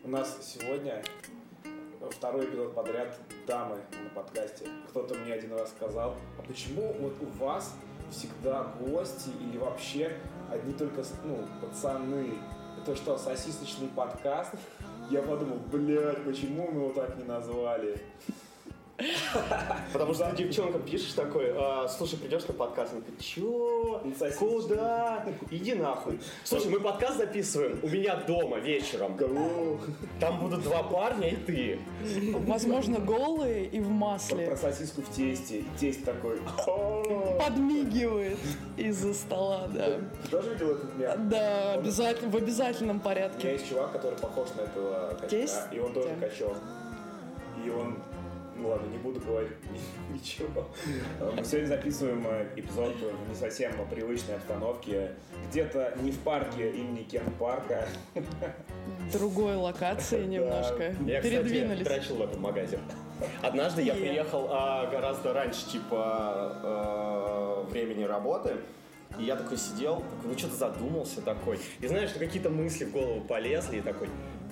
У нас сегодня второй эпизод подряд дамы на подкасте. Кто-то мне один раз сказал, а почему вот у вас всегда гости или вообще одни только, пацаны? Это что, сосисочный подкаст? Я подумал, почему мы его так не назвали? Потому что ты девчонкам пишешь такой, слушай, придешь на подкаст? Она говорит, чё? Куда? Иди нахуй. Слушай, мы подкаст записываем у меня дома вечером. Там будут два парня и ты. Возможно, голые и в масле. Про сосиску в тесте. И тесть такой. Подмигивает из-за стола, да. Ты тоже видел этот мем? Да, обязательно, в обязательельном У меня порядке. есть чувак, который похож на этого качка, Тесть? и он тоже качок. И он... Ну ладно, не буду говорить ничего. Мы сегодня записываем эпизод в не совсем привычной обстановке. Где-то не в парке имени Кен-парка. Другой локации немножко. Я, Передвинулись. кстати, дрочил в этом магазе. Однажды я приехал гораздо раньше, времени работы. И я такой сидел, что-то задумался такой. И знаешь, что какие-то мысли в голову полезли, и такой...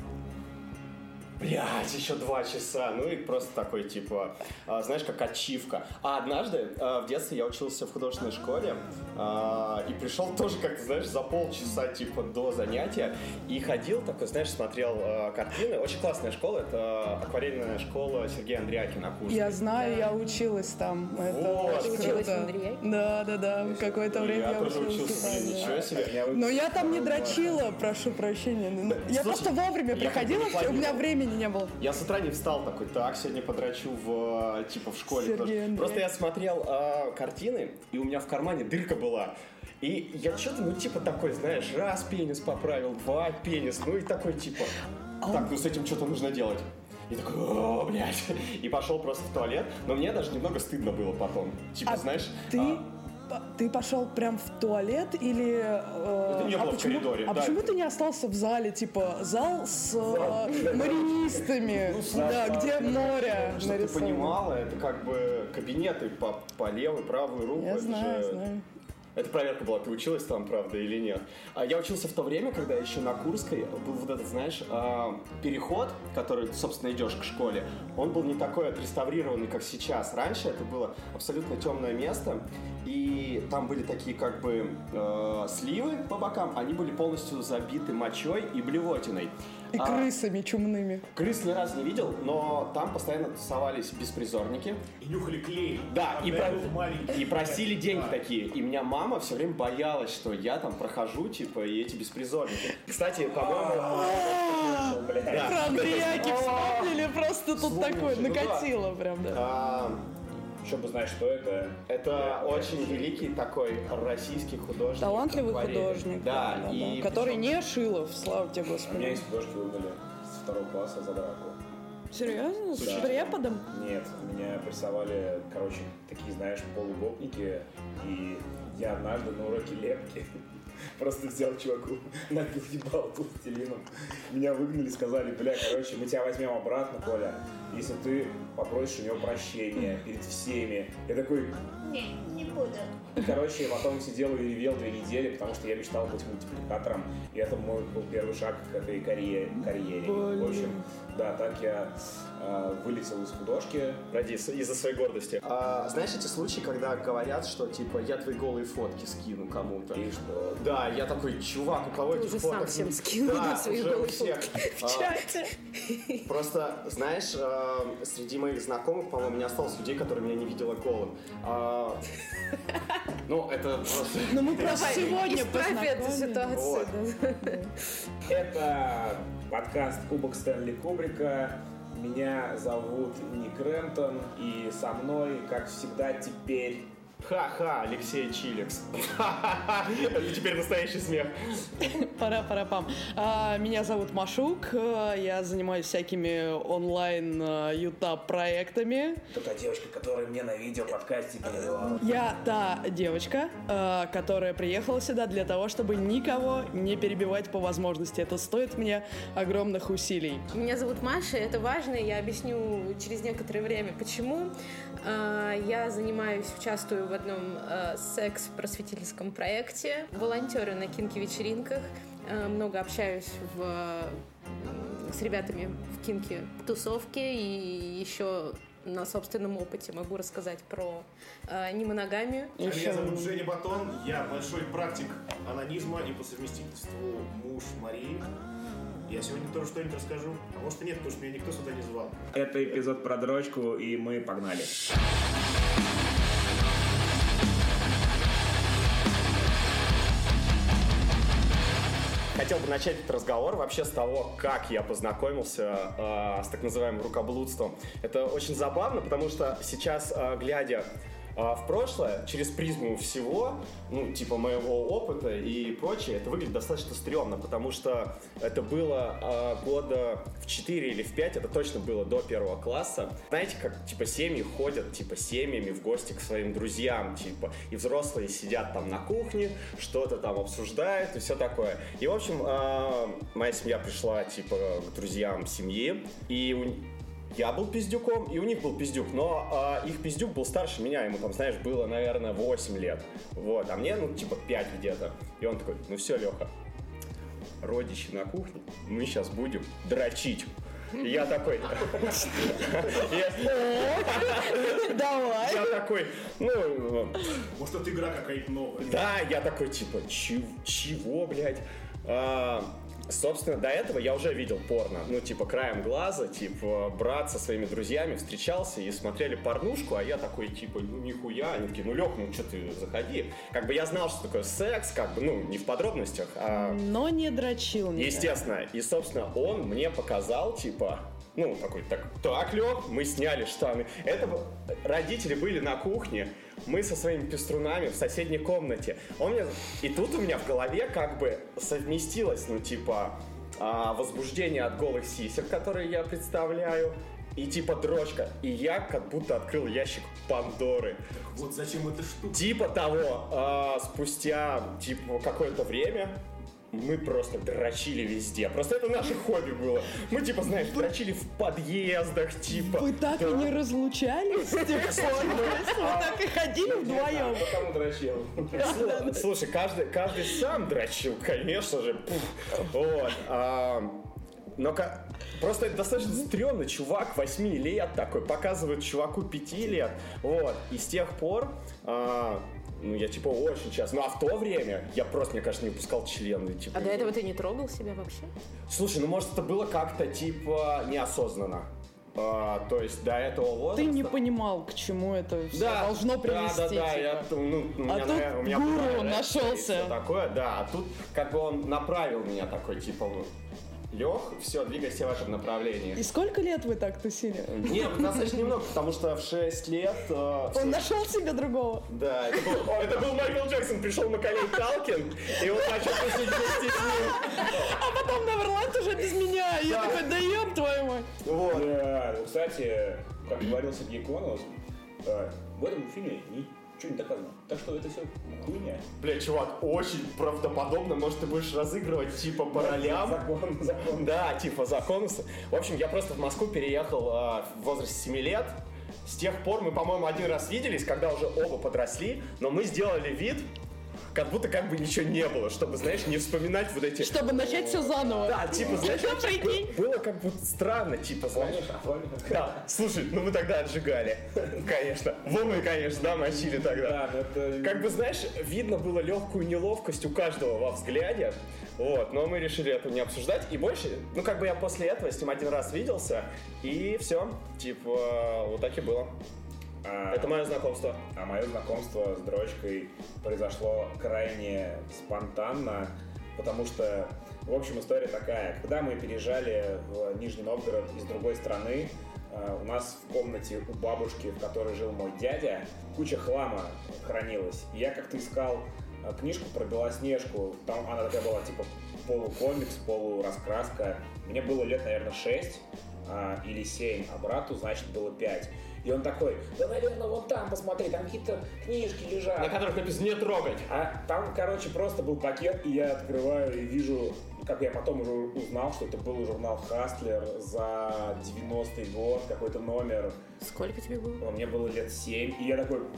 Блять, еще 2 часа. Ну и просто такой, знаешь, как ачивка. А однажды в детстве я учился в художественной школе и пришел тоже как-то, знаешь, за полчаса, до занятия. И ходил такой, знаешь, смотрел картины. Очень классная школа. Это акварельная школа Сергея Андриакина. Я знаю, я училась там. Вот. Это Училась в Андреяке? Да. Какое-то время я учился. Блин, ничего себе. Но я там не дрочила, прошу прощения. Я просто вовремя приходила, у меня времени не было. Я с утра не встал такой, сегодня подрачу в школе. Просто я смотрел картины, и у меня в кармане дырка была. И я что-то, такой, знаешь, раз пенис поправил, 2 пенис, и такой, так, с этим что-то нужно делать. И такой, блядь. И пошел просто в туалет, но мне даже немного стыдно было потом. Знаешь... Ты пошел прям в туалет или... Это не было в коридоре. Почему ты не остался в зале, зал с маринистами, где море Чтобы ты понимала, это как бы кабинеты по левую, правую руку. Я знаю. Это проверка была, ты училась там, правда, или нет. Я учился в то время, когда еще на Курской был вот этот, знаешь, переход, который, собственно, идешь к школе, он был не такой отреставрированный, как сейчас. Раньше это было абсолютно темное место, и там были такие сливы по бокам, они были полностью забиты мочой и блевотиной. И крысами чумными. Крыс ни разу не видел, но там постоянно тусовались беспризорники. И нюхали клей. Да, и просили деньги такие. И меня мама все время боялась, что я там прохожу, и эти беспризорники. Кстати, по-моему... Про Андреяки вспомнили, просто тут такое накатило прям, да. Чтобы знать, что это. Это очень великий такой российский художник. Талантливый художник. Да. Который не Шилов, слава тебе, У меня Господи. из художки выгнали с 2 класса за драку. Серьезно? С преподом? Нет, меня прессовали, такие, знаешь, полугопники. И я однажды на уроке лепки просто взял чуваку, набил ебало пластилином. Меня выгнали, сказали, мы тебя возьмем обратно, Коля, если ты попросишь у него прощения перед всеми. Я такой... Не буду. И, потом сидел и ревел 2 недели, потому что я мечтал быть мультипликатором. И это мой был первый шаг к этой карьере. В общем, да, так я вылетел из художки. Ради из-за своей гордости. Знаешь эти случаи, когда говорят, что я твои голые фотки скину кому-то? И что? Да, я такой, чувак, у кого Ты этих уже фоток? сам всем скинул свои уже у голые всех. фотки. В чате. Просто, знаешь, среди моих знакомых, по-моему, не осталось людей, которые меня не видела голым. Это просто... Мы просто сегодня Исправь эту познакомились. ситуацию. Это подкаст «Кубок Стэнли Кубрика». Меня зовут Ник Рэмптон, и со мной, как всегда, теперь... Ха-ха, Алексей Чилекс. Это теперь настоящий смех. Пара-пара-пам. Меня зовут Машук, я занимаюсь всякими онлайн ютуб-проектами. Это та девочка, которая мне на видео подкасте перевела. Я та девочка, которая приехала сюда для того, чтобы никого не перебивать по возможности. Это стоит мне огромных усилий. Меня зовут Маша, это важно, я объясню через некоторое время, почему. Я участвую в одном секс-просветительском проекте, волонтерю на кинки-вечеринках, много общаюсь в с ребятами в кинке тусовке, и еще на собственном опыте могу рассказать про немоногамию. Меня зовут Женя Батон, я большой практик анонизма и по совместительству муж Марии. Я сегодня тоже что-нибудь расскажу, а может и нет, потому что меня никто сюда не звал. Это эпизод про дрочку, и мы погнали. Хотел бы начать этот разговор вообще с того, как я познакомился с так называемым рукоблудством. Это очень забавно, потому что сейчас, глядя в прошлое, через призму всего, ну, типа моего опыта и прочее, это выглядит достаточно стрёмно, потому что это было года в 4 или в 5, это точно было до 1 класса. Знаете, как, типа, семьи ходят, типа, семьями в гости к своим друзьям, типа, и взрослые сидят там на кухне, что-то там обсуждают и все такое. И, в общем, моя семья пришла, типа, к друзьям семьи, и я был пиздюком, и у них был пиздюк, но их пиздюк был старше меня, ему там, знаешь, было, наверное, 8 лет, вот, а мне, ну, типа, 5 где-то. И он такой: ну все, Леха, родичи на кухне, мы сейчас будем дрочить. И я такой... Давай. Я такой, ну... Может, это игра какая-то новая? Да, я такой, типа, чего, блядь? Собственно, до этого я уже видел порно. Ну, типа, краем глаза, типа, брат со своими друзьями встречался и смотрели порнушку, а я такой, типа, ну, нихуя. Они такие: ну, Лёх, ну, что ты, заходи. Как бы я знал, что такое секс, как бы, ну, не в подробностях, а... Но не дрочил никогда. Естественно. И, собственно, он мне показал, типа... Ну, такой, так, Лёх, мы сняли штаны. Это родители были на кухне, мы со своими пеструнами в соседней комнате. И тут у меня в голове как бы совместилось, ну, типа, возбуждение от голых сисек, которые я представляю, и типа дрочка. И я как будто открыл ящик Пандоры. Так вот зачем эта штука? Типа того, спустя, типа, какое-то время... Мы просто дрочили везде. Просто это наше хобби было. Мы, типа, знаешь, дрочили в подъездах, типа. Вы так и не разлучались с тех пор? Вы так и ходили вдвоем? Потому дрочил. Слушай, каждый сам дрочил, конечно же. Вот. Но просто это достаточно стрёмно. Чувак 8 лет такой показывает чуваку 5 лет. Вот. И с тех пор... Ну, я, типа, очень часто. Ну, а в то время я просто, мне кажется, не выпускал члены. Типа, А до этого ты не трогал себя вообще? Слушай, ну, может, это было как-то, типа, неосознанно. То есть до этого возраста... Ты не понимал, к чему это все должно привести. Да, типа. у меня гуру нашелся. Все такое, да. А тут как бы он направил меня такой, типа... Лех, все, двигайся в этом направлении. И сколько лет вы так тусили? Нет, достаточно немного, потому что в 6 лет... Он нашел себе другого? Да, это был Майкл Джексон, пришел Макалей Калкин, и он начал тусить вместе с ним. А потом Neverland уже без меня, и я такой: да ёб твою мать. Вот. Да, кстати, как говорил Сергей Конус, в этом фильме ничего не доказано. Так что это все хуйня. Бля, чувак, очень правдоподобно. Может, ты будешь разыгрывать, типа, по ролям. Закон. Да, типа, закон. В общем, я просто в Москву переехал в возрасте 7 лет. С тех пор мы, по-моему, один раз виделись, когда уже оба подросли, но мы сделали вид, как будто как бы ничего не было, чтобы, знаешь, не вспоминать вот эти... Чтобы начать все заново. Да, типа, знаешь, Прикинь. было как будто странно, типа, знаешь. Да, слушай, ну мы тогда отжигали, конечно. Мы, конечно, да, мочили тогда. Как бы, знаешь, видно было легкую неловкость у каждого во взгляде. Вот, но мы решили это не обсуждать. И больше, ну как бы я после этого с ним один раз виделся, и все, типа, вот так и было. Это мое знакомство. А мое знакомство с дрочкой произошло крайне спонтанно, потому что, в общем, история такая. Когда мы переезжали в Нижний Новгород из другой страны, у нас в комнате у бабушки, в которой жил мой дядя, куча хлама хранилась. И я как-то искал книжку про Белоснежку. Там она такая была, типа, полукомикс, полураскраска. Мне было лет, наверное, 6 или 7, а брату, значит, было 5. И он такой: да, наверное, вон там посмотри, там какие-то книжки лежат. На которых написано «не трогать». А там, короче, просто был пакет, и я открываю и вижу, как я потом уже узнал, что это был журнал «Хастлер» за 90-й год, какой-то номер. Сколько тебе было? Мне было лет 7, и я такой: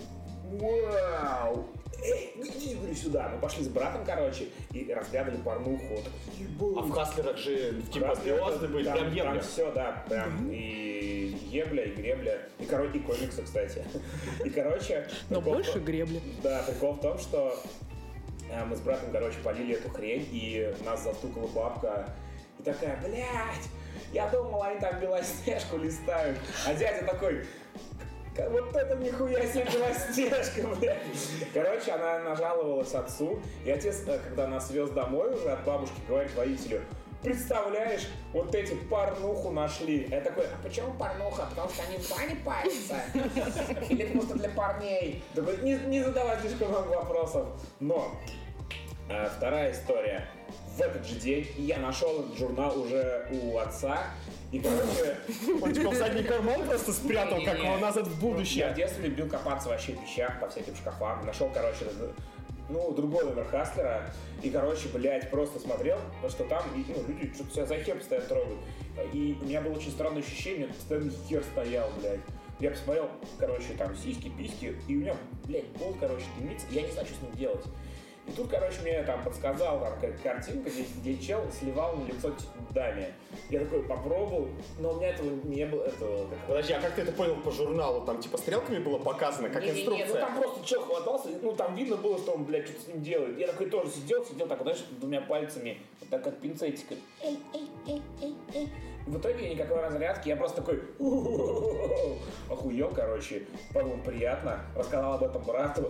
вау, эй, иди, говорю, сюда. Мы пошли с братом, короче, и разглядывали порнуху. Он такой, ебать. А в Хаслерах же типа звезды были, прям ебля. Там все, да, прям и ебля, и гребля, и комиксы, кстати. И, короче... Но больше гребли. Да, прикол в том, что мы с братом, короче, полили эту хрень, и нас застукала бабка, и такая, блядь, я думал, они там Белоснежку листают. А дядя такой... Вот это нихуя себе Белоснежка, блядь. Короче, она нажаловалась отцу, и отец, когда нас вез домой уже от бабушки, говорит водителю, представляешь, вот эти порнуху нашли. Я такой, а почему порнуха? Потому что они в бане парятся? Или просто для парней? Такой, не задавай слишком много вопросов. Но вторая история. В этот же день я нашел этот журнал уже у отца. И, короче... Он типа в задний карман просто спрятал, как его назад в будущее. Я в детстве любил копаться вообще в вещах, по всяким шкафам. Нашел, короче, другой номер Хаслера. И, короче, блядь, просто смотрел, что там люди что-то себя за хер постоянно трогают. И у меня было очень странное ощущение, постоянно хер стоял, блядь. Я посмотрел, короче, там сиськи-письки, и у меня, блядь, пол, короче, дымится, я не знаю, что с ним делать. И тут, короче, мне там подсказал там какая-то картинка, где чел сливал на лицо даме. Я такой попробовал, но у меня этого не было. Подожди, а как ты это понял по журналу? Там типа стрелками было показано, как инструкция? Не, там просто чел хватался, там видно было, что он, блядь, что-то с ним делает. Я такой тоже сидел так, знаешь, двумя пальцами, вот так как пинцетиком. Эй. В итоге никакой разрядки, я просто такой охуел, короче, по-моему, приятно. Рассказал об этом брату.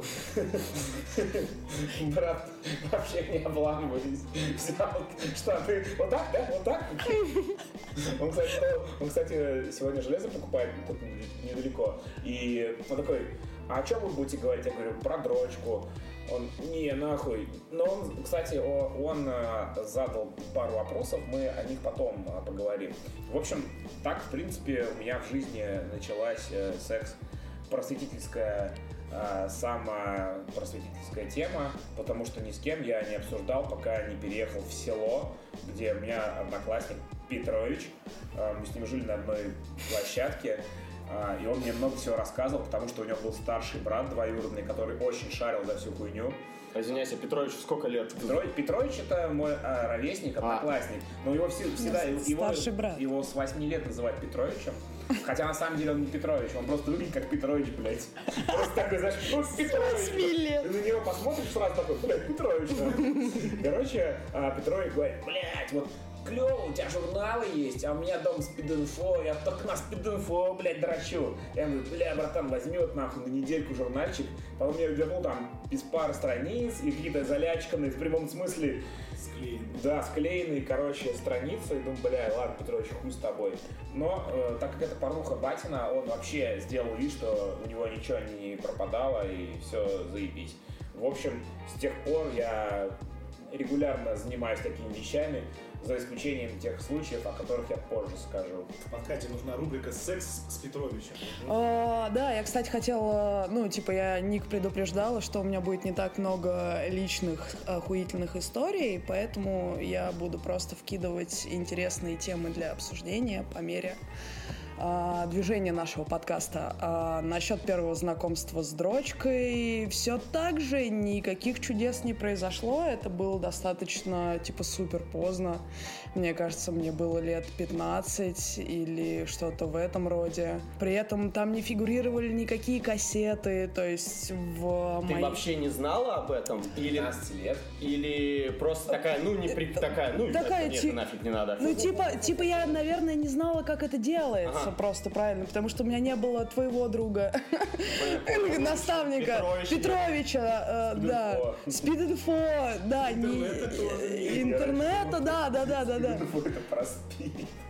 Брат вообще не обламывались. Взял штаны. Вот так, да? Вот так? Он, кстати, сегодня железо покупает тут недалеко. И он такой, а о чем вы будете говорить? Я говорю, про дрочку. Он, не, нахуй. Но он, кстати, он задал пару вопросов, мы о них потом поговорим. В общем, так, в принципе, у меня в жизни началась секс-просветительская, самопросветительская тема, потому что ни с кем я не обсуждал, пока не переехал в село, где у меня одноклассник Петрович, мы с ним жили на одной площадке. И он мне много всего рассказывал, потому что у него был старший брат двоюродный, который очень шарил за всю хуйню. Извиняюсь, а Петровичу сколько лет? Петрович это мой ровесник, одноклассник. Но его всегда его с 8 лет называют Петровичем. Хотя на самом деле он не Петрович, он просто выглядит как Петрович, блядь. Просто такой, знаешь, Петрович. Ты на него посмотришь сразу такой, блядь, Петрович. Короче, Петрович говорит, блядь, вот клево, у тебя журналы есть, а у меня дома спид-инфо, я только на спид-инфо, блядь, дрочу. Я говорю, бля, братан, возьми вот нахуй на недельку журнальчик. Потом мне вернул там без пары страниц и какие-то залячканные в прямом смысле. Склеенные, короче, страницы. И думаю, бля, ладно, Петрович, хуй с тобой. Но так как это порнуха батина, он вообще сделал вид, что у него ничего не пропадало и все заебись. В общем, с тех пор я регулярно занимаюсь такими вещами, за исключением тех случаев, о которых я позже скажу. В подкасте нужна рубрика «Секс с Петровичем». Да, я, кстати, хотела, я Ник предупреждала, что у меня будет не так много личных охуительных историй, поэтому я буду просто вкидывать интересные темы для обсуждения по мере движения нашего подкаста. Насчет первого знакомства с дрочкой все так же, никаких чудес не произошло. Это было достаточно, супер поздно. Мне кажется, мне было лет 15 или что-то в этом роде. При этом там не фигурировали никакие кассеты, то есть Ты вообще не знала об этом? Или 15 лет? Или просто такая, это нафиг не надо. Я, наверное, не знала, как это делается. Просто правильно, потому что у меня не было твоего друга, наставника Петровича, да, спид-инфо, да, интернета, да. Это про спид.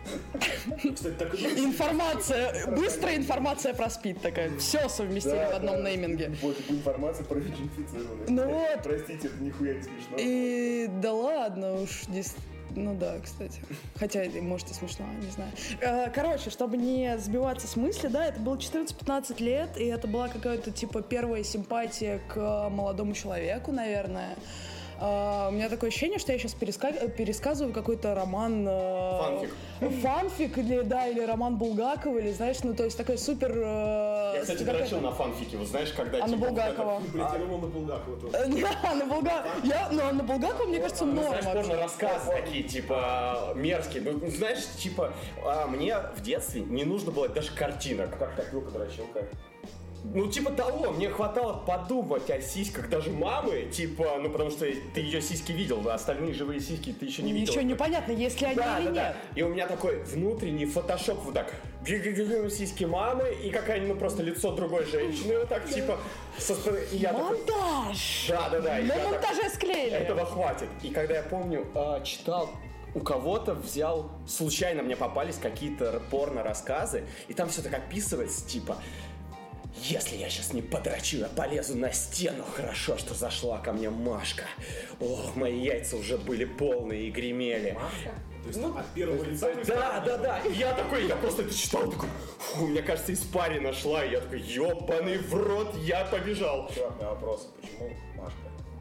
Информация, быстрая информация про спид такая, все совместили в одном нейминге. Вот информация про ВИЧ-инфицированных. Простите, это нихуя не смешно. И да ладно уж, кстати. Хотя, может, и смешно, не знаю. Короче, чтобы не сбиваться с мысли, да, это было 14-15 лет, и это была какая-то, первая симпатия к молодому человеку, наверное. у меня такое ощущение, что я сейчас пересказываю какой-то роман... Фанфик или роман Булгакова, или, знаешь, ну, то есть такая супер... Я, кстати, дрочил на фанфике, вот знаешь, когда... А на Булгакова? Я думал на Булгакова тоже. Да, на Булгакова. На Булгакова, мне кажется, норм. Знаешь, порно-рассказы такие, типа, мерзкие. Ну, знаешь, типа, мне в детстве не нужно было даже картинок. Как копилка-дрочилка? Ну, типа того, мне хватало подумать о сиськах даже мамы, типа, ну, потому что ты ее сиськи видел, а остальные живые сиськи ты еще не видел. Ничего непонятно, есть ли они или нет. И у меня такой внутренний фотошоп вот так. Сиськи мамы и какая-нибудь, ну, просто лицо другой женщины, вот так, типа, и я такой... Монтаж! Да. На монтаже склеили. Этого хватит. И когда я помню, читал, у кого-то взял, случайно мне попались какие-то порно-рассказы, и там все так описывается, типа... Если я сейчас не подрочу, я полезу на стену. Хорошо, что зашла ко мне Машка. Ох, мои яйца уже были полные и гремели. Машка? То есть от первого лица? Да. И я просто это читал, такой, фу, мне кажется, испарина шла. И я такой, ёбаный в рот, я побежал. Чувак, у меня вопрос, почему Машка?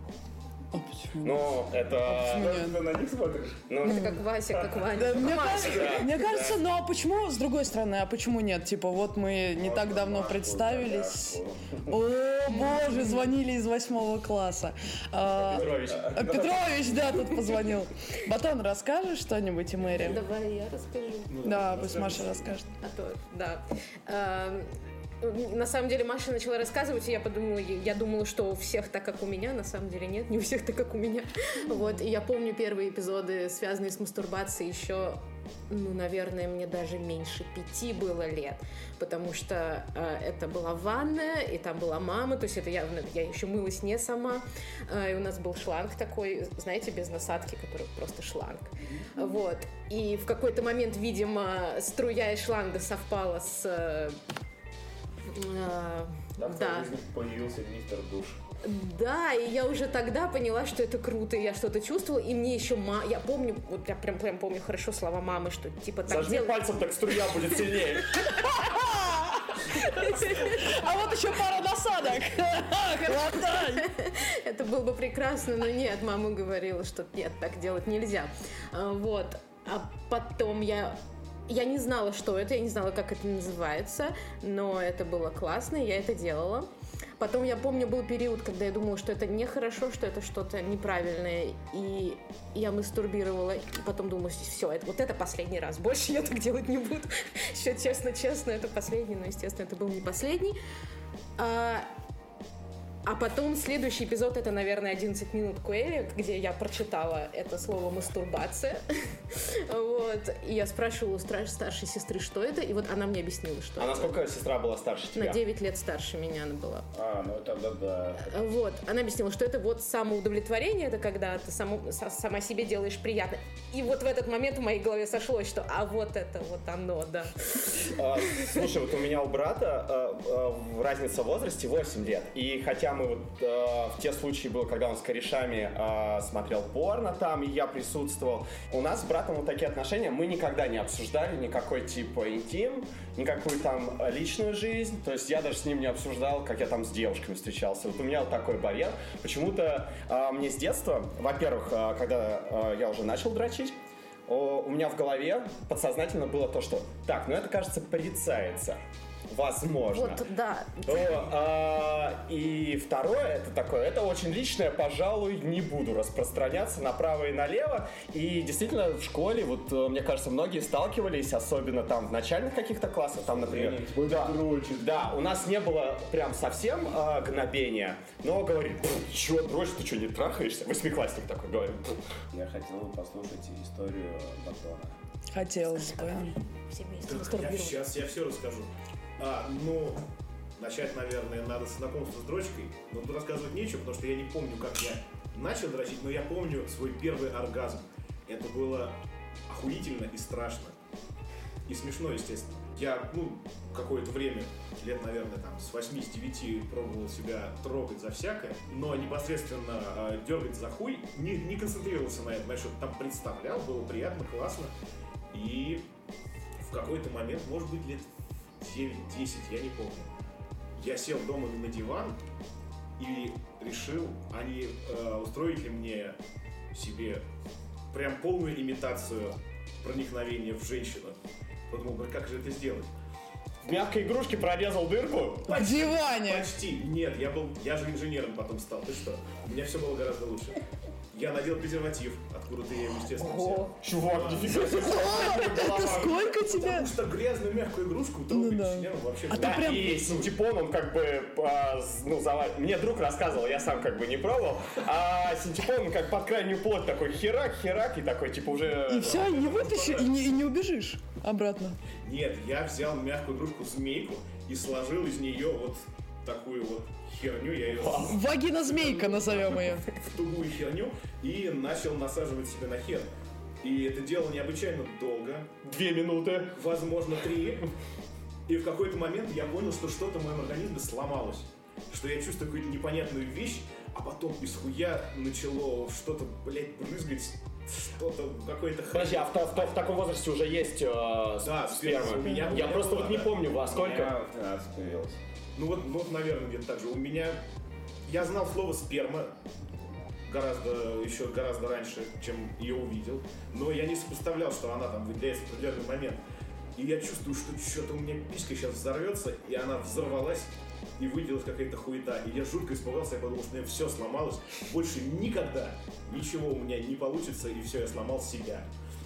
Ну, это... Ты на них смотришь? Это как Вася, как Ваня. Да, мне кажется, ну а почему, с другой стороны, а почему нет? Типа, вот мы не так давно представились. О, боже, звонили из 8 класса. Петрович, да, тут позвонил. Батон, расскажешь что-нибудь и Мэри? Давай я расскажу. Да, пусть Маша расскажет. Да. На самом деле Маша начала рассказывать, и я думала, что у всех так, как у меня. На самом деле нет, не у всех так, как у меня. Вот, и я помню первые эпизоды, связанные с мастурбацией, еще, ну, наверное, мне даже меньше 5 было лет, потому что это была ванная, и там была мама, то есть это я еще мылась не сама, и у нас был шланг такой, знаете, без насадки, который просто шланг. Вот, и в какой-то момент, видимо, струя из шланга совпала с... Там в твоей жизни появился мистер Душ. Да, и я уже тогда поняла, что это круто, и я что-то чувствовала, и мне еще я помню, вот я прям помню хорошо слова мамы, что типа так зажми пальцем, так струя будет сильнее. А вот еще пара насадок. Хватай! Это было бы прекрасно, но нет, мама говорила, что нет, так делать нельзя. Вот, а потом я не знала, что это, я не знала, как это называется, но это было классно, и я это делала. Потом, я помню, был период, когда я думала, что это нехорошо, что это что-то неправильное, и я мастурбировала, и потом думала, все, вот это последний раз, больше я так делать не буду. Все честно, это последний, но, естественно, это был не последний. А потом следующий эпизод, это, наверное, 11 минут Куэри, где я прочитала это слово «мастурбация». Вот. И я спрашивала у старшей сестры, что это, и вот она мне объяснила, что это. А насколько сестра была старше тебя? На 9 лет старше меня она была. Ну тогда да. Вот. Она объяснила, что это вот самоудовлетворение, это когда ты сама себе делаешь приятно. И вот в этот момент в моей голове сошлось, что вот это вот оно, да. Слушай, вот у меня у брата разница в возрасте 8 лет, и хотя мы вот в те случаи было, когда он с корешами смотрел порно там, и я присутствовал. У нас с братом вот такие отношения, мы никогда не обсуждали никакой типа интим, никакую там личную жизнь, то есть я даже с ним не обсуждал, как я там с девушками встречался. Вот у меня вот такой барьер. Почему-то мне с детства, во-первых, когда я уже начал дрочить, у меня в голове подсознательно было то, что так, это, кажется, порицается. Возможно. Вот, да. И второе, это такое, это очень личное, пожалуй, не буду распространяться направо и налево. И действительно, в школе, вот, мне кажется, многие сталкивались, особенно там в начальных каких-то классах, там, например, да, у нас не было прям совсем гнобения, но говорит, чё, дрочь, ты что, не трахаешься? Восьмиклассник такой говорит. Я хотел бы послушать историю Батона. Хотелось бы. Все вместе мастурбировать. Сейчас я все расскажу. Начать, наверное, надо с знакомства с дрочкой. Но тут рассказывать нечего, потому что я не помню, как я начал дрочить, но я помню свой первый оргазм. Это было охуительно и страшно. И смешно, естественно. Я, какое-то время, лет, наверное, там, с 8-9 пробовал себя трогать за всякое, но непосредственно дергать за хуй не концентрировался на этом. Значит, там представлял, было приятно, классно. И в какой-то момент, может быть, лет 9-10, я не помню. Я сел дома на диван, и решил, а не устроить ли мне себе прям полную имитацию проникновения в женщину. Подумал, как же это сделать? В мягкой игрушке прорезал дырку? В диване. Почти. Нет, я же инженером потом стал. Ты что? У меня все было гораздо лучше. Я надел презерватив, откуда ты, естественно, взял. Чувак, нифига себе. Это сколько тебе? Потому что грязную мягкую игрушку трогать инженером вообще... А ты Да, прям- и синтепон, он как бы, мне друг рассказывал, я сам как бы не пробовал, а синтепон как под крайнюю плоть такой херак, и такой, типа, уже... И все, не вытащишь, и не убежишь обратно. Нет, я взял мягкую игрушку-змейку и сложил из нее вот такую вот херню, я ее Вагина-змейка назовем ее. в тугую херню и начал насаживать себе на хер. И это дело необычайно долго, 2 минуты. возможно 3. И в какой-то момент я понял, что что-то в моем организме сломалось. Что я чувствую какую-то непонятную вещь, а потом из хуя начало что-то, блядь, брызгать, что-то, какой-то Подожди, а в таком возрасте уже есть Да, сперма? у меня Я просто была, вот не да. помню, во У сколько. меня в 13 появилось. Ну вот, наверное, где-то так же. У меня... Я знал слово «сперма» гораздо раньше, чем ее увидел. Но я не сопоставлял, что она там выделяется в определенный момент. И я чувствую, что что-то у меня писька сейчас взорвется, и она взорвалась, и выделилась какая-то хуета. И я жутко испугался, я подумал, что у меня все сломалось. Больше никогда ничего у меня не получится, и все, я сломал себя.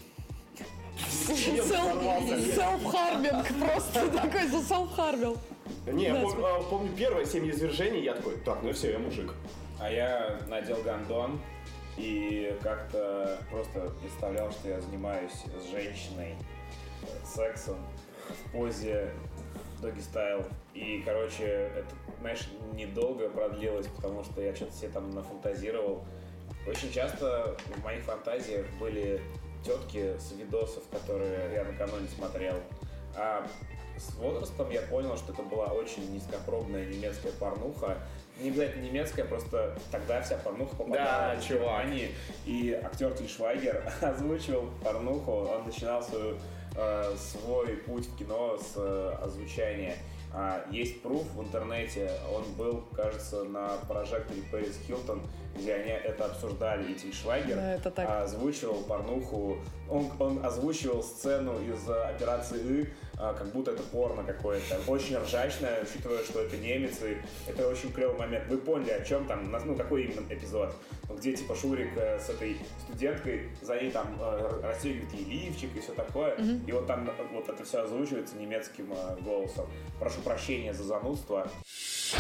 Селф-харминг, просто такой заселф-хармил. Не, я помню первые 7 извержений, я такой, так, ну все, я мужик. А я надел гондон и как-то просто представлял, что я занимаюсь с женщиной сексом в позе доги стайл. И, короче, это, знаешь, недолго продлилось, потому что я что-то себе там нафантазировал. Очень часто в моих фантазиях были тетки с видосов, которые я накануне смотрел. А с возрастом я понял, что это была очень низкопробная немецкая порнуха. Не обязательно немецкая, просто тогда вся порнуха попадала в Германии. И актер Тиль Швайгер озвучивал порнуху. Он начинал свой путь в кино с озвучания. Есть пруф в интернете, он был, кажется, на прожекторе Пэрис Хилтон, где они это обсуждали, и Тиль Швайгер озвучивал порнуху, он озвучивал сцену из «Операции И», как будто это порно какое-то, очень ржачное, учитывая, что это немец, и это очень клевый момент. Вы поняли, о чем там, ну какой именно эпизод, где типа Шурик с этой студенткой, за ней там расстегивает ей лифчик и все такое, и вот там вот это все озвучивается немецким голосом. Прошу прощения за занудство. С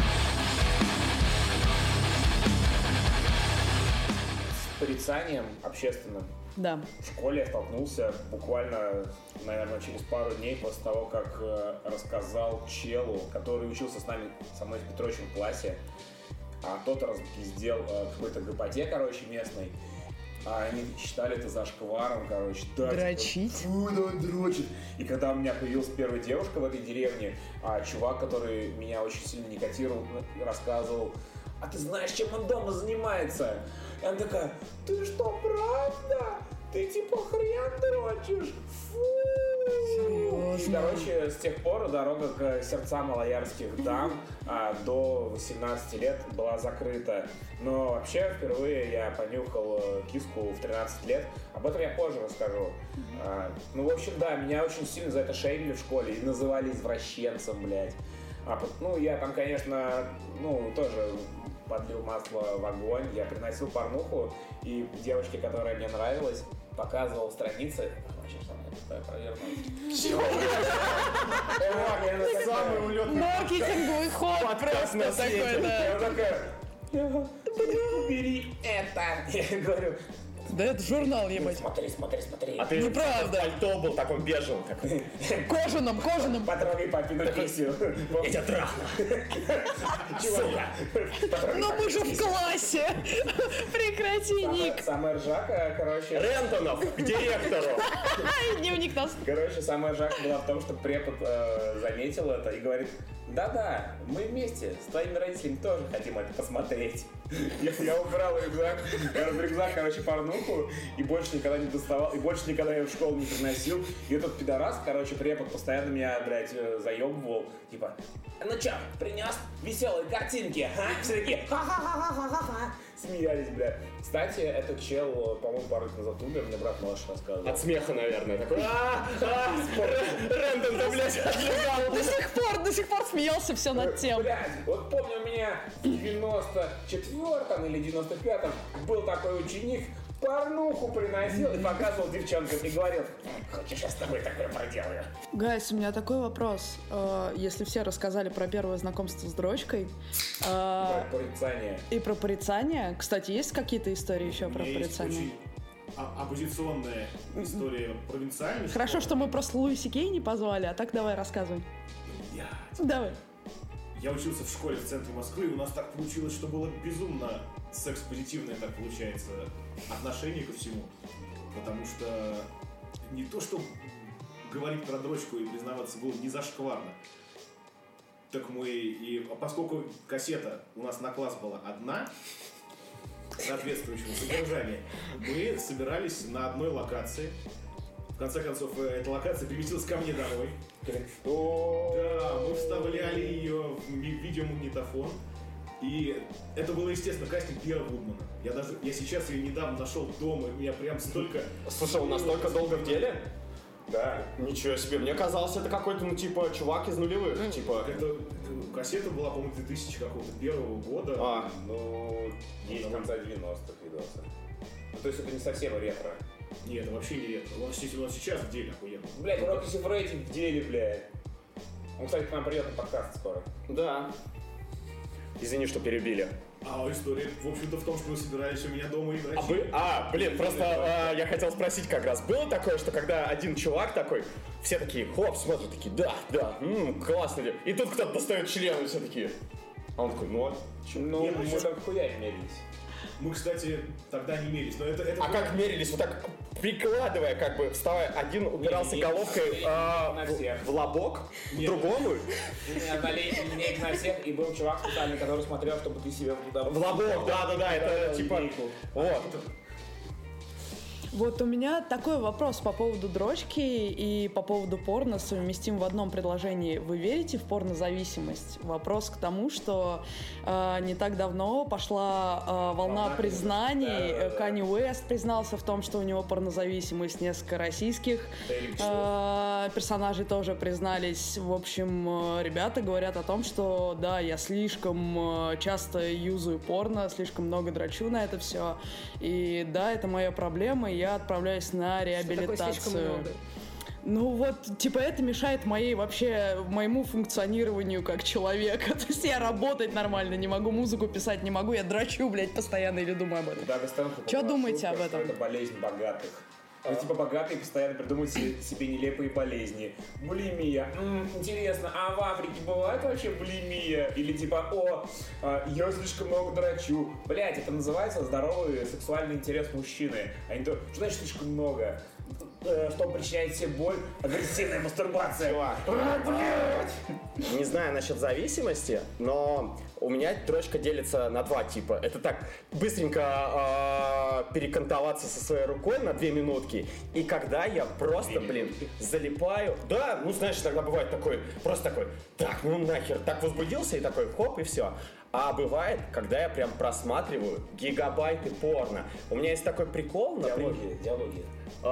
порицанием общественным Да. в школе я столкнулся буквально, наверное, через пару дней после того, как рассказал челу, который учился со мной в Петровичем классе, а тот распиздел какой-то ГПТ, короче, местный. А они считали это зашкваром, короче. Да, Дрочить? Типа, да, он дрочит. И когда у меня появилась первая девушка в этой деревне, чувак, который меня очень сильно не котировал, рассказывал: а ты знаешь, чем он дома занимается? И она такая: ты что, правда? Ты типа хрен дрочишь? Фу! Серьезно? Короче, с тех пор дорога к сердцам малоярских дам до 18 лет была закрыта. Но вообще впервые я понюхал киску в 13 лет. Об этом я позже расскажу. Ну, в общем, да, меня очень сильно за это шеймили в школе и называли извращенцем, блядь. Ну, я там, конечно, тоже подлил масло в огонь. Я приносил порнуху, и девочке, которая мне нравилась, показывал страницы. Самый улетный Маркетинговый ход подкаст на просто свете. такой, да. Я такая: убери это. Я говорю: Да это журнал, ебать. смотри. А ты Неправда. в пальто был такой бежевым, такой. Кожаным. Потрогай папину писю. Я тебя трахну. Сука. Но мы же в классе. Прекрати, Ник. Самая ржака, короче... Рентонов к директору. Ай, дневник нас. Короче, самая ржака была в том, что препод заметил это и говорит: да-да, мы вместе с твоими родителями тоже хотим это посмотреть. Я убирал рюкзак, короче, порнуху, и больше никогда не доставал, и больше никогда я в школу не приносил. И этот пидорас, короче, препод постоянно меня, блядь, заебывал. Типа, ну чё, принес веселые картинки, а? Все такие, ха-ха-ха-ха-ха-ха. Смеялись, бля. Кстати, этот чел, по-моему, пару лет назад умер, мне брат младший рассказывал. От смеха, наверное, такой. Рэндом, да, блядь, отвлекал. До сих пор смеялся все над тем. Блядь, вот помню, у меня в 94-м или 95-м был такой ученик, порнуху приносил и показывал девчонкам и говорил: хочешь, я с тобой такое проделаю? Гайс, у меня такой вопрос. Если все рассказали про первое знакомство с дрочкой Про порицание. и про порицание, кстати, есть какие-то истории еще про У меня есть порицание? очень оппозиционная история провинциальной. Хорошо, что мы просто Луи Си Кей не позвали, а так давай рассказывай. Давай. Я учился в школе в центре Москвы, и у нас так получилось, что было безумно секс-позитивное, так получается, отношение ко всему. Потому что не то, что говорить про дрочку и признаваться было не зашкварно. Так поскольку кассета у нас на класс была одна, соответствующего содержания, мы собирались на одной локации. В конце концов, эта локация переместилась ко мне домой. Да, мы вставляли ее в видеомагнитофон. И это было, естественно, кастинг Пьера Вудмана. Я сейчас ее недавно нашел дома, и у меня прям столько... Слушай, он настолько долго в деле? Да. Ничего себе, мне казалось, это какой-то, ну, типа, чувак из нулевых, типа... Кассета была, по-моему, 2001 года. Ну, есть конца 90-х видосы. Ну, то есть это не совсем ретро. Нет, это вообще не ретро. Он сейчас в деле охуенно. Блядь, Рокки Сифрейти в деле, блядь. Он, кстати, к нам придет на подкаст скоро. Да. Извини, что перебили. А история, в общем-то, в том, что мы собирались у меня дома и Блин, просто я хотел спросить как раз. Было такое, что когда один чувак такой, все такие, хоп, смотрят, такие, да, классно. И тут кто-то достает член, и все такие. А он такой, ну, мы так хуя мерились. Мы, кстати, тогда не мерились, но это А как мерились? Вот так прикладывая, как бы, вставая, один упирался головкой в лобок, другому Линейка на всех, и был чувак специальный, который смотрел, чтобы ты себе туда... в лобок, да, это типа... Вот. Вот у меня такой вопрос по поводу дрочки и по поводу порно совместим в одном предложении. Вы верите в порнозависимость? Вопрос к тому, что не так давно пошла волна признаний. Канье Уэст признался в том, что у него порнозависимость. Несколько российских персонажей тоже признались. В общем, ребята говорят о том, что да, я слишком часто юзаю порно, слишком много дрочу на это все. И да, это моя проблема, и я отправляюсь на реабилитацию. Ну вот, типа, это мешает моему функционированию как человека. То есть я работать нормально не могу, музыку писать не могу, я дрочу, блядь, постоянно или думаю об этом. Что думаете об этом? Это болезнь богатых. Ну, типа, богатые постоянно придумывают себе нелепые болезни. Булимия. Интересно, а в Африке бывает вообще булимия? Или типа, я слишком много дрочу. Блять, это называется здоровый сексуальный интерес мужчины. А не то, что значит слишком много? Что причиняет себе боль? Агрессивная мастурбация. Не знаю насчет зависимости, но у меня дрочка делится на два типа. Это так, быстренько перекантоваться со своей рукой на 2 минутки. И когда я просто, залипаю. Да, ну знаешь, иногда бывает такой, просто такой, так, ну нахер, так возбудился и такой, хоп, и все. А бывает, когда я прям просматриваю гигабайты порно. У меня есть такой прикол, например... Диалоги.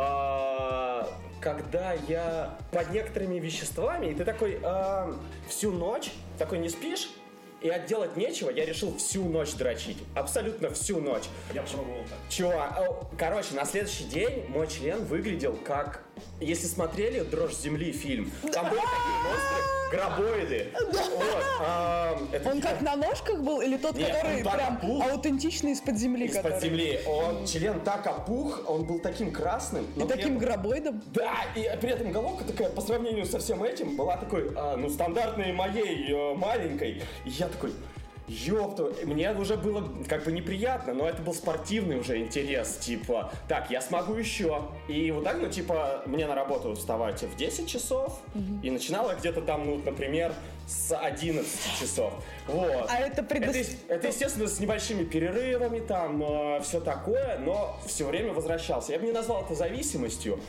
Когда я под некоторыми веществами, и ты такой всю ночь, такой не спишь, и отделать нечего, я решил всю ночь дрочить. Абсолютно всю ночь. Я пробовал так. Короче, на следующий день мой член выглядел как... Если смотрели «Дрожь земли» фильм, там были такие монстры, гробоиды. Он как на ножках был или тот, который прям аутентичный из-под земли? Из-под земли. Член так опух, он был таким красным. И таким гробоидом? Да, и при этом головка такая, по сравнению со всем этим, была такой, стандартной моей маленькой. И я такой, ёпту, мне уже было как бы неприятно, но это был спортивный уже интерес, типа, так, я смогу еще. И вот так, ну, типа, мне на работу вставать в 10 часов, и начинала где-то там, ну, например, с 11 часов. Вот. А это Это, естественно, с небольшими перерывами, там, все такое, но все время возвращался. Я бы не назвал это зависимостью,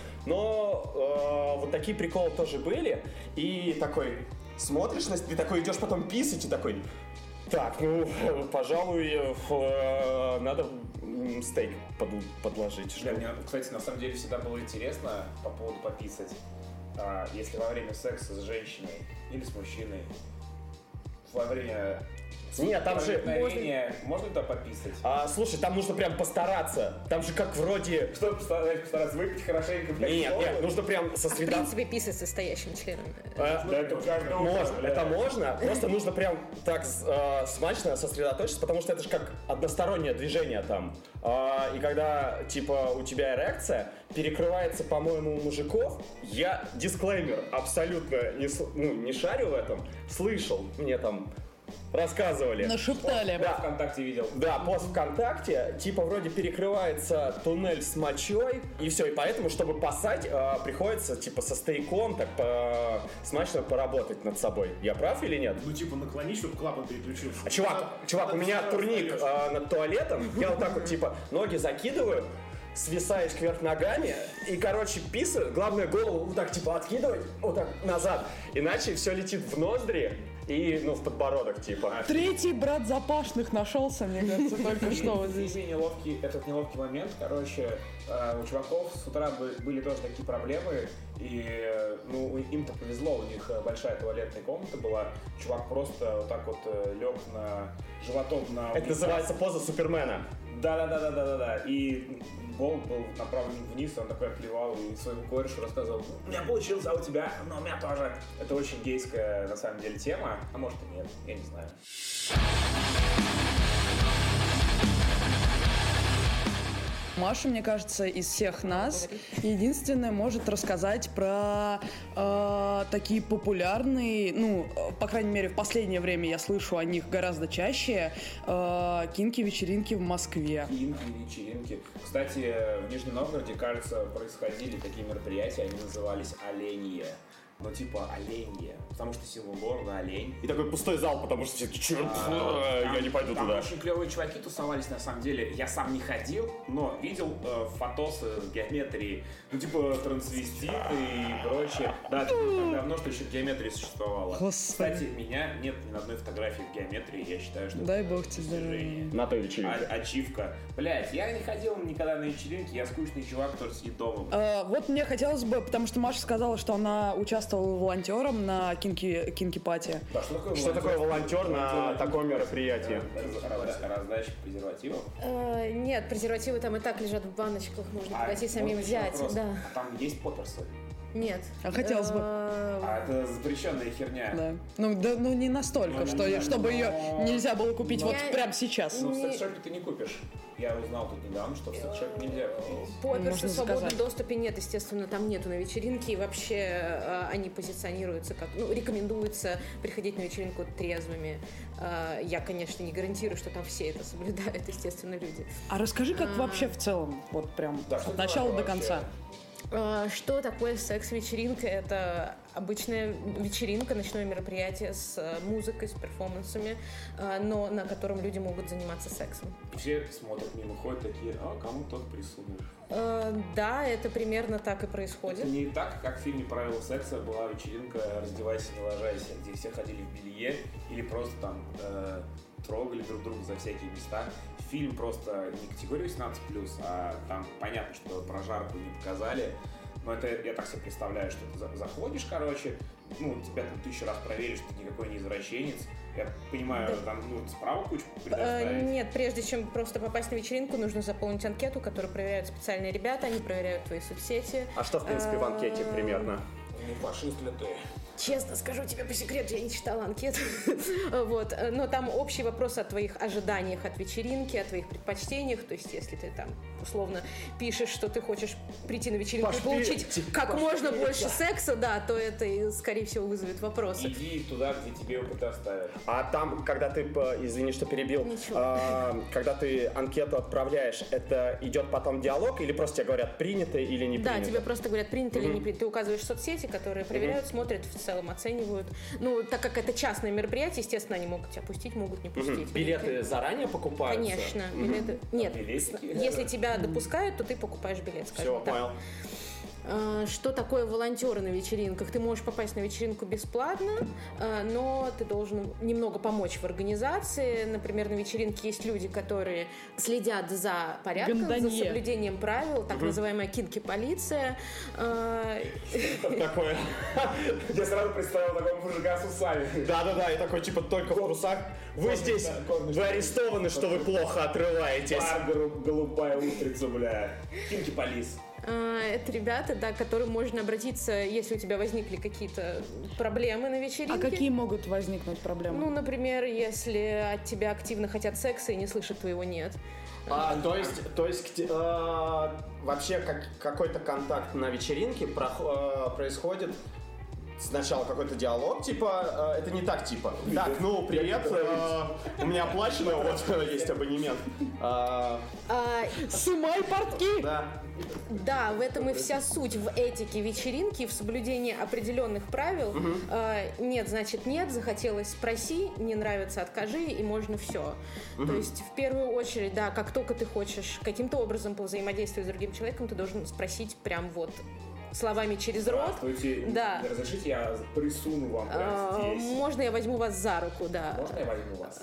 но вот такие приколы тоже были. И такой, смотришь, ты такой идешь потом писать, и такой... Так, ну, пожалуй, надо стейк подложить. Бля, мне, кстати, на самом деле всегда было интересно по поводу пописать. Если во время секса с женщиной или с мужчиной, во время Нет, там же... можно туда пописать? Слушай, там нужно прям постараться. Там же как вроде... Что постараться выпить хорошенько? Нет, нужно прям В принципе, писать со стоящим членом. Это можно, просто нужно прям так смачно сосредоточиться, потому что это же как одностороннее движение там. И когда, типа, у тебя эрекция перекрывается, по-моему, у мужиков, я, дисклеймер, абсолютно не шарю в этом, слышал, мне там рассказывали. Нашептали. Да, ВКонтакте видел. Да, пост ВКонтакте, типа вроде перекрывается туннель с мочой, и все, и поэтому, чтобы поссать, приходится, типа, со стояком так смачно поработать над собой. Я прав или нет? Ну, типа, наклонить, чтобы клапан переключился. Чувак, у меня турник над туалетом, я вот так вот, типа, ноги закидываю, свисаешь кверх ногами и, короче, писаю. Главное, голову вот так, типа, откидывать, вот так назад, иначе все летит в ноздри и, в подбородок, типа. Третий брат Запашных нашелся, мне кажется, только что вот здесь. Этот неловкий момент, короче, у чуваков с утра были тоже такие проблемы, и, им-то повезло, у них большая туалетная комната была, чувак просто вот так вот лег животом на... Это называется поза Супермена. Да. И болт был направлен вниз, он такой отплевал и своему корешу рассказывал: у меня получилось, а у тебя? Ну, у меня тоже. Это очень гейская, на самом деле, тема. А может и нет, я не знаю. Маша, мне кажется, из всех нас единственная может рассказать про такие популярные, по крайней мере, в последнее время я слышу о них гораздо чаще, кинки-вечеринки в Москве. Кинки-вечеринки. Кстати, в Нижнем Новгороде, кажется, происходили такие мероприятия, они назывались «Оленье». Типа оленье, потому что символ города олень. И такой пустой зал, потому что все, черт, я не пойду туда. Там очень клевые чуваки тусовались, на самом деле. Я сам не ходил, но видел фотосы в геометрии, трансвеститы и прочее. Да, так давно, что еще геометрия существовала. Господи. Кстати, меня нет ни на одной фотографии в геометрии, я считаю, что Дай это бог тебе здоровья. На той вечеринке. Ачивка. Блять, я не ходил никогда на вечеринки, я скучный чувак, который сидит дома. Вот мне хотелось бы, потому что Маша сказала, что она участвовала волонтером на кинки-пати. Да, что такое волонтер на таком мероприятии? Раздача презервативов? Нет, презервативы там и так лежат в баночках, можно пойти самим взять. Да. А там есть попперсы? Нет. А хотелось бы. А это запрещенная херня. Да. Ну не настолько, чтобы ее нельзя было купить вот прямо сейчас. В секс-шопе ты не купишь. Я узнал тут недавно, что в секс-шопе нельзя купить. Попперсы в свободном доступе нет, естественно, там нету на вечеринке, и вообще они позиционируются как, рекомендуется приходить на вечеринку трезвыми. Я, конечно, не гарантирую, что там все это соблюдают, естественно, люди. А расскажи, как вообще в целом, вот прям от начала до конца. Что такое секс-вечеринка? Это обычная вечеринка, ночное мероприятие с музыкой, с перформансами, но на котором люди могут заниматься сексом. Все смотрят мимо, ходят такие: кому кто-то присунул. Да, это примерно так и происходит. Это не так, как в фильме «Правила секса» была вечеринка «Раздевайся, не ложайся», где все ходили в белье или просто там трогали друг друга за всякие места. Фильм просто не категория 18+, а там понятно, что прожарку не показали. Но это я так себе представляю, что ты заходишь, короче, тебя там 1000 раз проверишь, ты никакой не извращенец. Я понимаю, да. Там справку кучу предоставить. Нет, прежде чем просто попасть на вечеринку, нужно заполнить анкету, которую проверяют специальные ребята, они проверяют твои соцсети. А что, в принципе, в анкете примерно? Не фашист ли ты? Честно скажу тебе по секрету, я не читала анкету. Вот. Но там общий вопрос о твоих ожиданиях от вечеринки, о твоих предпочтениях. То есть, если ты там условно пишешь, что ты хочешь прийти на вечеринку и получить как можно больше секса, да, то это, скорее всего, вызовет вопросы. Иди туда, где тебе его предоставят. А там, когда ты, извини, что перебил, когда ты анкету отправляешь, это идет потом диалог или просто тебе говорят, принято или не принято? Да, тебе просто говорят, принято или не принято. Ты указываешь соцсети, которые проверяют, смотрят, в целом оценивают. Ну, так как это частное мероприятие, естественно, они могут тебя пустить, могут не пустить. Билеты заранее покупаются? Конечно. Билеты... Нет, билетики? если тебя допускают, то ты покупаешь билет, скажем Все, так. понял. Что такое волонтеры на вечеринках? Ты можешь попасть на вечеринку бесплатно, но ты должен немного помочь в организации. Например, на вечеринке есть люди, которые следят за порядком, за соблюдением правил, так называемая кинки-полиция. Такое. Я сразу представил такого мужика с усами. Да-да-да, и такой, типа, только в трусах. Вы здесь, вы арестованы, что вы плохо отрываетесь. Бар, голубая устрица, бля. Кинки-полис. Это ребята, да, к которым можно обратиться, если у тебя возникли какие-то проблемы на вечеринке. А какие могут возникнуть проблемы? Ну, например, если от тебя активно хотят секса и не слышат твоего «нет». То есть вообще какой-то контакт на вечеринке происходит. Сначала какой-то диалог, типа, это не так, типа, так, ну, привет, у меня оплачено, вот, есть абонемент. Сымай портки! Да. Да, в этом и вся суть, в этике вечеринки, в соблюдении определенных правил. Нет, значит нет, захотелось спроси, не нравится откажи, и можно все. То есть, в первую очередь, да, как только ты хочешь каким-то образом повзаимодействовать с другим человеком, ты должен спросить прям вот словами через рот. Да. Разрешите, я присуну вам прямо здесь. Можно я возьму вас за руку, да. Можно я возьму вас?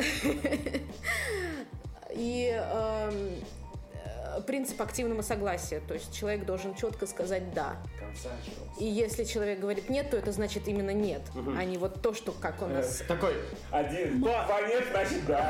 И принцип активного согласия. То есть человек должен четко сказать «да». И если человек говорит «нет», то это значит именно «нет», а не вот то, что как у нас... Такой... Один, два нет, значит «да».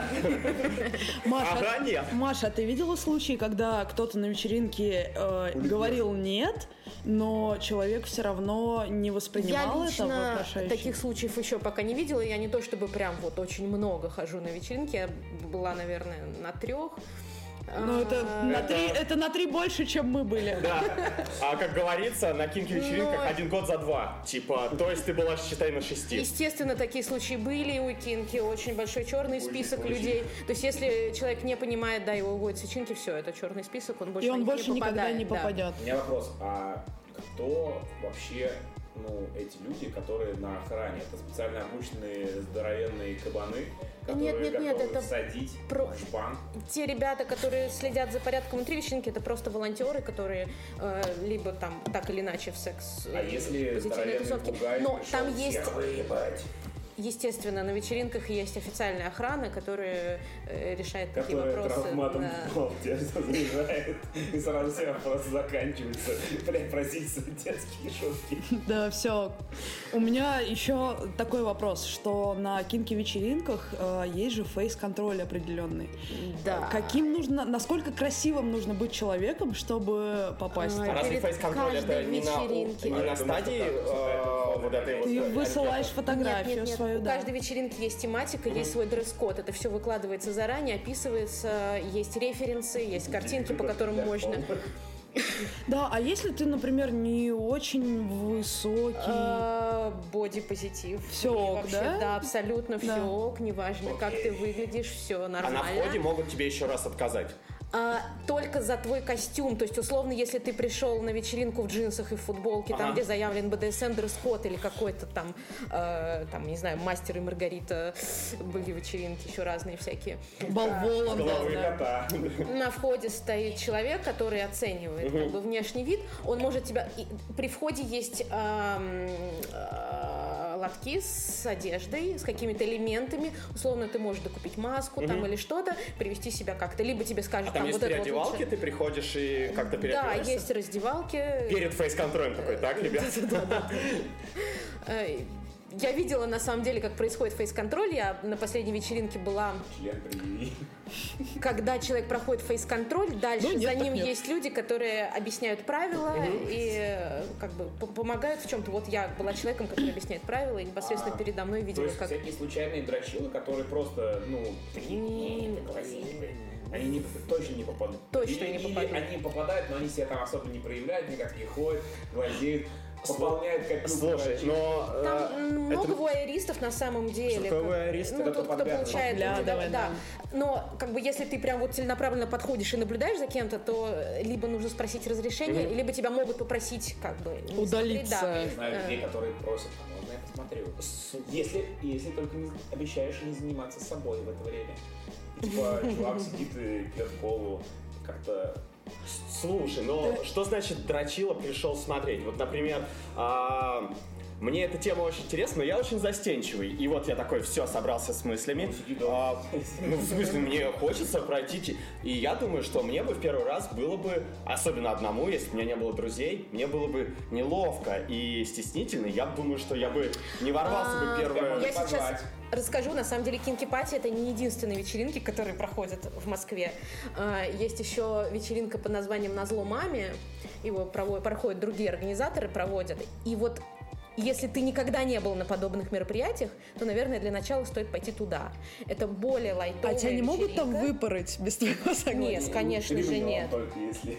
Маша, ты видела случаи, когда кто-то на вечеринке говорил «нет», но человек все равно не воспринимал это вопрошающе? Я лично таких случаев еще пока не видела. Я не то чтобы прям вот очень много хожу на вечеринки. Я была, наверное, на 3. Ну, это на 3 больше, чем мы были. Да. А как говорится, на кинки-вечеринках 1 год за 2. Типа, то есть ты была, считай, на 6. Естественно, такие случаи были у кинки. Очень большой черный список людей. То есть, если человек не понимает, да, его уводят с вечеринки, все, это черный список, он больше, никогда не попадет. У меня вопрос, а кто вообще... Ну, эти люди, которые на охране, это специально обученные здоровенные кабаны, которые готовы это садить в жбан. Те ребята, которые следят за порядком внутри вечеринки, это просто волонтеры, которые либо там так или иначе в секс. А если здоровенный бугай, но там есть... выебать. Естественно, на вечеринках есть официальная охрана, которая решает такие вопросы. Которая травматом в пол тебя заряжает, и сразу все вопросы заканчиваются. Блядь, простите, детские шутки. Да, все. У меня еще такой вопрос, что на кинки-вечеринках есть же фейс-контроль определенный. Да. Насколько красивым нужно быть человеком, чтобы попасть? А разве фейс-контроль это не на стадии вот этой вот... Ты высылаешь фотографию свою. У каждой вечеринки есть тематика, есть свой дресс-код. Это все выкладывается заранее, описывается, есть референсы, есть картинки, по которым можно... Да, а если ты, например, не очень высокий... Боди-позитив. Все ок, да? Да, абсолютно все ок, неважно, как ты выглядишь, все нормально. А на входе могут тебе еще раз отказать? Только за твой костюм. То есть, условно, если ты пришел на вечеринку в джинсах и в футболке, там, где заявлен БДСМ, дресс-код или какой-то там, не знаю, Мастер и Маргарита, были вечеринки еще разные всякие. Балволом. На входе стоит человек, который оценивает как бы внешний вид. Он может тебя... При входе есть лотки с одеждой, с какими-то элементами. Условно, ты можешь докупить маску там или что-то, привести себя как-то. Либо тебе скажут, там есть вот переодевалки, вот ты приходишь и как-то переодеваешься? Да, есть раздевалки. Перед фейс-контролем такой, так, ребят? Да. Я видела, на самом деле, как происходит фейс-контроль. Я на последней вечеринке была... Член предъяви. Когда человек проходит фейс-контроль, дальше Ну, нет, за так ним нет. есть люди, которые объясняют правила и как бы помогают в чем-то. Вот я была человеком, который объясняет правила, и непосредственно передо мной То видела, есть как... всякие случайные дрочилы, которые просто, такие, классические. Они точно не попадут. Точно не попадут. Или они попадают, но они себя там особо не проявляют, никак не ходят, глазеют, пополняют копилку. Слушай, но... Там много вуайеристов на самом деле. Что такое вуайерист? Ну, Это тот, кто подглядывает. получает... Подглядывает, да. да. Но, как бы, если ты прям вот целенаправленно подходишь и наблюдаешь за кем-то, то либо нужно спросить разрешение, либо тебя могут попросить, как бы... не Удалиться. смотреть, Я знаю людей, которые просят, а можно я посмотрю? Если только не обещаешь не заниматься собой в это время. И, типа, чувак сидит и пьет колу, как-то... Слушай, но что значит дрочила пришел смотреть? Вот, например, мне эта тема очень интересна, но я очень застенчивый. И вот я такой, все, собрался с мыслями. Ну, в смысле, мне хочется пройти. И я думаю, что мне бы в первый раз было бы, особенно одному, если бы у меня не было друзей, мне было бы неловко и стеснительно. Я думаю, что я бы не ворвался бы первое... Я сейчас расскажу, на самом деле, кинки-пати — это не единственные вечеринки, которые проходят в Москве. Есть еще вечеринка под названием «Назло маме». Его проходят другие организаторы, проводят. И вот если ты никогда не был на подобных мероприятиях, то, наверное, для начала стоит пойти туда. Это более лайтовая А тебя не могут вечеринка. там выпороть без твоего согласия? Нет, конечно же, нет. Только если...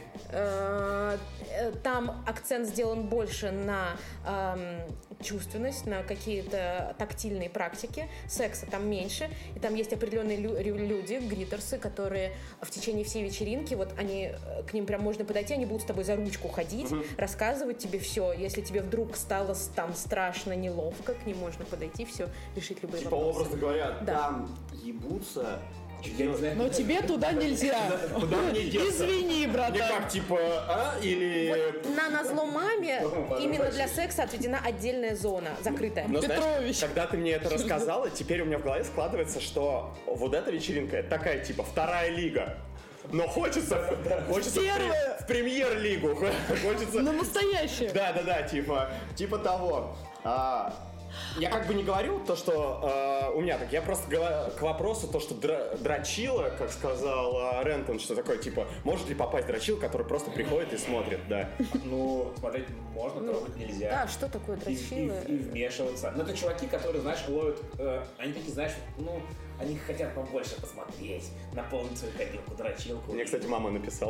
Там акцент сделан больше на чувственность, на какие-то тактильные практики. Секса там меньше. И там есть определенные люди, гритерсы, которые в течение всей вечеринки, вот они, к ним прям можно подойти, они будут с тобой за ручку ходить, рассказывать тебе все. Если тебе вдруг стало там страшно, неловко, к ним можно подойти, все, решить любые Типа, вопросы. образно говоря, Да. там ебутся... Я не знаю, Но тебе туда нельзя. Куда мне деться? Извини, Мне братан. как, типа, или... На назло маме именно для секса отведена отдельная зона, закрытая. Но знаешь, Петрович. когда ты мне это рассказала, теперь у меня в голове складывается, что вот эта вечеринка, это такая, типа, вторая лига. Но хочется Первая. в премьер-лигу. Хочется... Ну, настоящее. Да, типа того. Я как бы не говорю то, что у меня так, я просто к вопросу то, что дрочила, как сказал Рентон, что такое, типа, может ли попасть дрочил, который просто приходит и смотрит, да. Ну, смотреть можно, трогать нельзя. Да, что такое дрочилы? И вмешиваться. Но это чуваки, которые, знаешь, ловят... они такие, знаешь, ну, они хотят побольше посмотреть, наполнить свою копилку дрочилку. Мне, кстати, мама написала.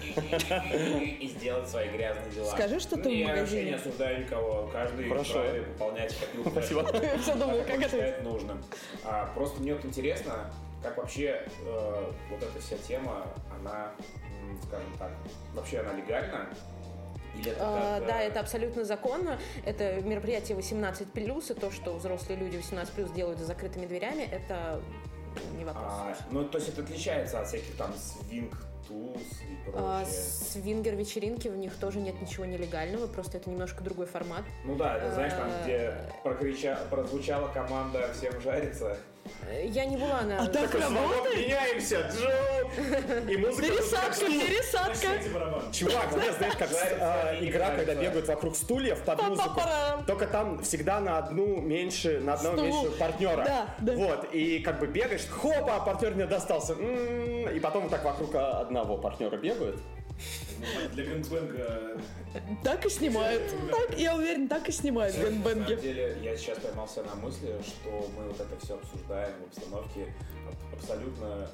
И сделать свои грязные дела. Скажи, что ты в Я вообще магазине. не осуждаю никого. Каждый Хорошо. вправе пополнять копилку. Спасибо. дрочилки, Всё думаю, как как он это- считает нужным. Просто мне вот интересно, как вообще вот эта вся тема, она, скажем так, вообще она легальна? Или это как, Да, это абсолютно законно. Это мероприятие 18+, и то, что взрослые люди 18+, делают за закрытыми дверями, это не вопрос. Ну, то есть это отличается от всяких там свинг-туз и прочее. Свингер-вечеринки, в них тоже нет ничего нелегального, просто это немножко другой формат. Ну да, это знаешь, там, где прозвучала команда «Всем жарится». Я не была на... Так работает? Меняемся, Джо! И музыка... Пересадка. Кстати, барабан. Чувак, знаешь, как игра, когда бегают вокруг стульев под музыку. Па-па-парам. Только там всегда на одного меньше Стул. партнера. Да. Вот, и как бы бегаешь, хопа, а партнер не достался. И потом вот так вокруг одного партнера бегают. Для гэнгбэнга Так и снимают. Так, я уверен, так и снимают На самом гэнбэнги. деле, я сейчас поймался на мысли, что мы вот это все обсуждаем в обстановке абсолютно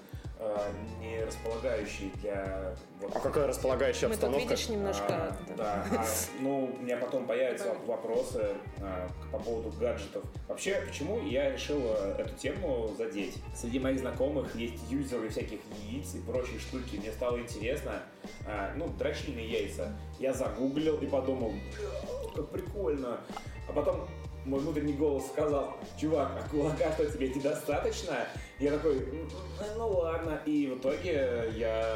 не располагающей для... А какая располагающая Мы тут, обстановка? видишь, немножко... Да, ну, у меня потом появятся вопросы по поводу гаджетов. Вообще, почему я решил эту тему задеть? Среди моих знакомых есть юзеры всяких яиц и прочие штуки. Мне стало интересно, ну, дрочильные яйца. Я загуглил и подумал, как прикольно. А потом мой внутренний голос сказал: чувак, а кулака что, тебе недостаточно? Я такой, ну ладно. И в итоге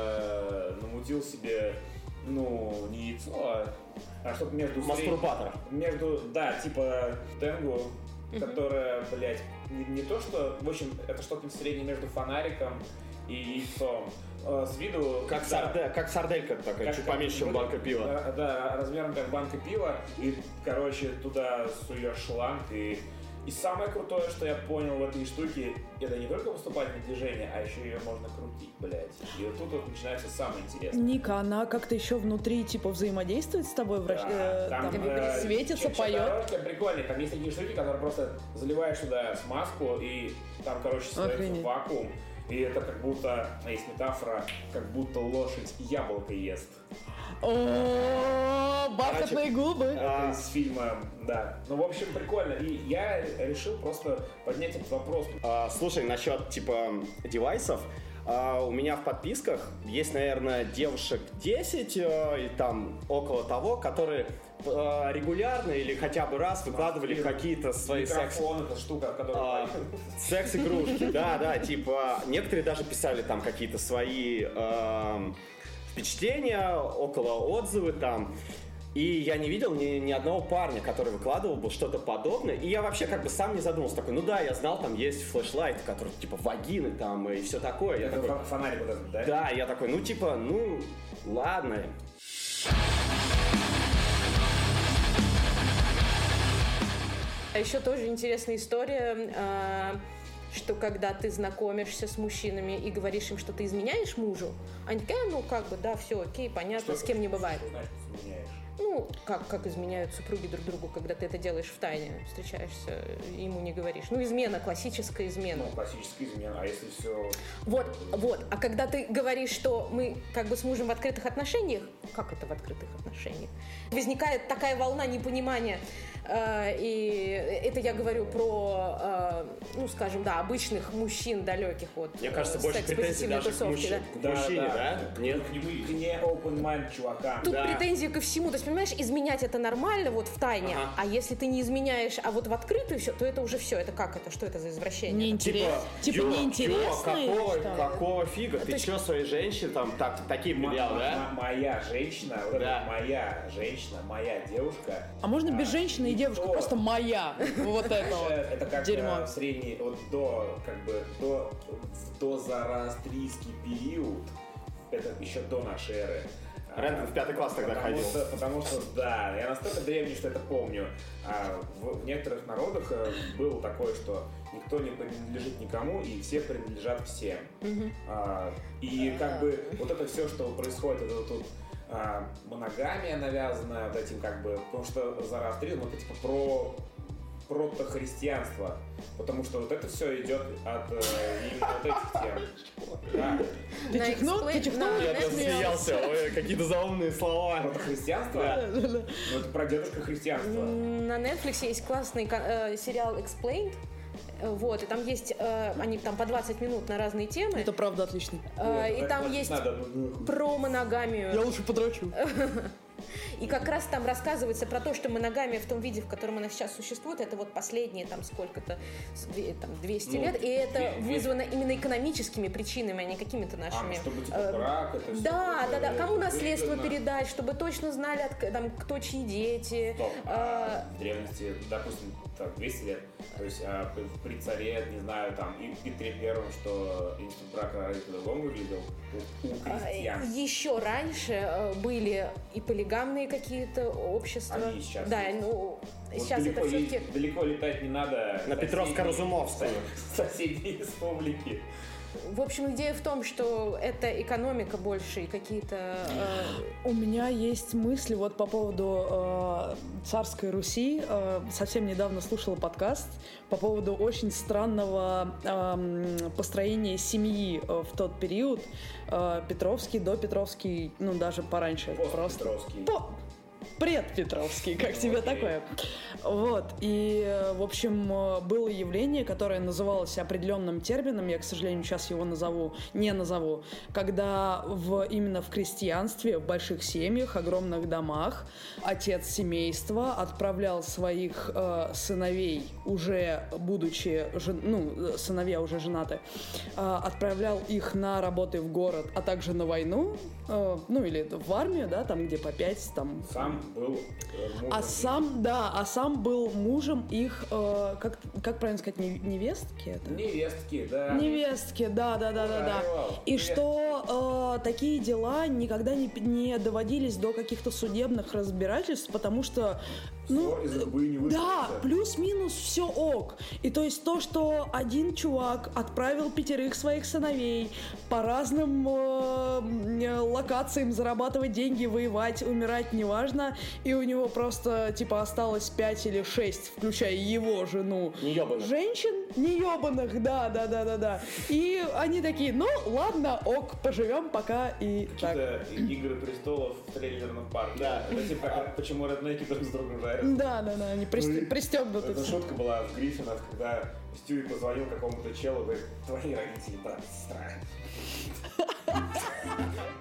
я намутил себе, ну, не яйцо, а что-то между... Мастурбатор. Между, да, типа тенгу, которая, блядь, не то что... В общем, это что-то среднее между фонариком и яйцом. С виду... Как сарделька такая, Как- чуть поменьше, чем банка пива. Да, размером как банка пива. И, короче, туда суешь шланг и И самое крутое, что я понял в этой штуке, это не только выступательное движение, а еще ее можно крутить, блядь. И вот тут вот начинается самое интересное. Ника, она как-то еще внутри, типа, взаимодействует с тобой, Там светится, поет. Прикольно, там есть такие штуки, которые просто заливаешь туда смазку, и там, короче, становится вакуум. И это как будто, есть метафора, как будто лошадь яблоко ест. О, бархатные губы. Это из фильма, да. Ну, в общем, прикольно. И я решил просто поднять этот вопрос. Слушай, насчет, типа, девайсов. У меня в подписках есть, наверное, девушек 10 и там около того, которые регулярно или хотя бы раз выкладывали какие-то свои микрофон, это штука, которая секс-игрушки, да, типа некоторые даже писали там какие-то свои впечатления, около отзывы там. И я не видел ни одного парня, который выкладывал бы что-то подобное. И я вообще как бы сам не задумался. Такой, ну да, я знал, там есть флешлайты, которые типа вагины там и все такое. Я такой, фонарик вот этот, да? Да, я такой, ну типа, ну ладно. А еще тоже интересная история, что когда ты знакомишься с мужчинами и говоришь им, что ты изменяешь мужу, они такие, ну как бы, да, все окей, понятно, с кем не бывает. Что значит изменяешь? Ну, как изменяют супруги друг другу, когда ты это делаешь в тайне, встречаешься, ему не говоришь. Ну, измена, классическая измена. Ну, классическая измена, а если все... Вот. А когда ты говоришь, что мы как бы с мужем в открытых отношениях, как это в открытых отношениях? Возникает такая волна непонимания. И это я говорю про, ну, скажем, да, обычных мужчин, далеких от мне кажется, больше претензий даже к мужчине, да? Нет, не open mind, чувака. Тут претензии ко всему. То есть, понимаешь, изменять это нормально вот в тайне, а если ты не изменяешь, а вот в открытую все, то это уже все. Это как это? Что это за извращение? Неинтересно. Типа неинтересно? Какого фига? Ты что, своей женщине там такие предъявил, да? Моя женщина, вот это моя женщина, моя девушка. А можно без женщины и девушка, просто моя. Вот это вот. Это как дерьмо. средний, вот до зороастрийский период, это еще до нашей эры. Рендон в 5 класс тогда ходил. Потому что, да, я настолько древний, что это помню. В некоторых народах было такое, что никто не принадлежит никому, и все принадлежат всем. И как бы вот это все, что происходит, это тут моногамия навязанная вот этим как бы, потому что зороастризм это типа про протохристианство, потому что вот это все идет от именно вот этих тем. Да. Ты чихнул? Я просто смеялся. Ой, какие-то заумные слова. Протохристианство? Да. Ну это про дедушка христианства. На Netflix есть классный сериал Explained. Вот, и там есть, они там по 20 минут на разные темы. Это правда отлично. И там есть про моногамию. Я лучше подрачу. И как раз там рассказывается про то, что моногамия в том виде, в котором она сейчас существует, это вот последние там сколько-то, там 200 лет, и это вызвано именно экономическими причинами, а не какими-то нашими... чтобы типа брак, это все... Да, кому наследство передать, чтобы точно знали, там, кто чьи дети. Стоп, в древности, допустим, 200 лет, то есть при царе, не знаю, там, и Петре Первом, что институт брака по-другому выглядел у крестьян. Еще раньше были и полигамные какие-то общества. Они сейчас да, есть. ну, Вот сейчас это все-таки... Далеко летать не надо. На Петровско-Разумовскую. Соседние республики. В общем, идея в том, что это экономика больше и какие-то... У меня есть мысли вот по поводу царской Руси. Совсем недавно слушала подкаст по поводу очень странного построения семьи в тот период. Петровский, допетровский, ну даже пораньше. Постпетровский. Предпетровский, как тебе такое? Вот, и, в общем, было явление, которое называлось определенным термином, я, к сожалению, сейчас его не назову, когда именно в крестьянстве, в больших семьях, огромных домах, отец семейства отправлял своих сыновей, уже будучи, сыновья уже женаты, отправлял их на работы в город, а также на войну, ну, или в армию, да, там, где по 5, там... Сам был мужем. А сам был мужем их, как правильно сказать, невестки? Это? Невестки, да. Невестки, да. И что такие дела никогда не доводились до каких-то судебных разбирательств, потому что ссор из избы не выберется. Да, плюс-минус все ок. И то есть то, что один чувак отправил 5 своих сыновей по разным локациям зарабатывать деньги, воевать, умирать, неважно, и у него просто, типа, осталось 5 или 6, включая его жену. Неёбаных. Женщин неёбаных, да. И они такие, ну, ладно, ок, поживем пока и так. Какие-то Игры престолов в трейлерном парке. Да. Это типа как почему реднеки друг с другом жарят. Да, они пристегнуты. Эта шутка была в Гриффинах, когда Стюи позвонил какому-то челу, говорит, твои родители, брат, сестра.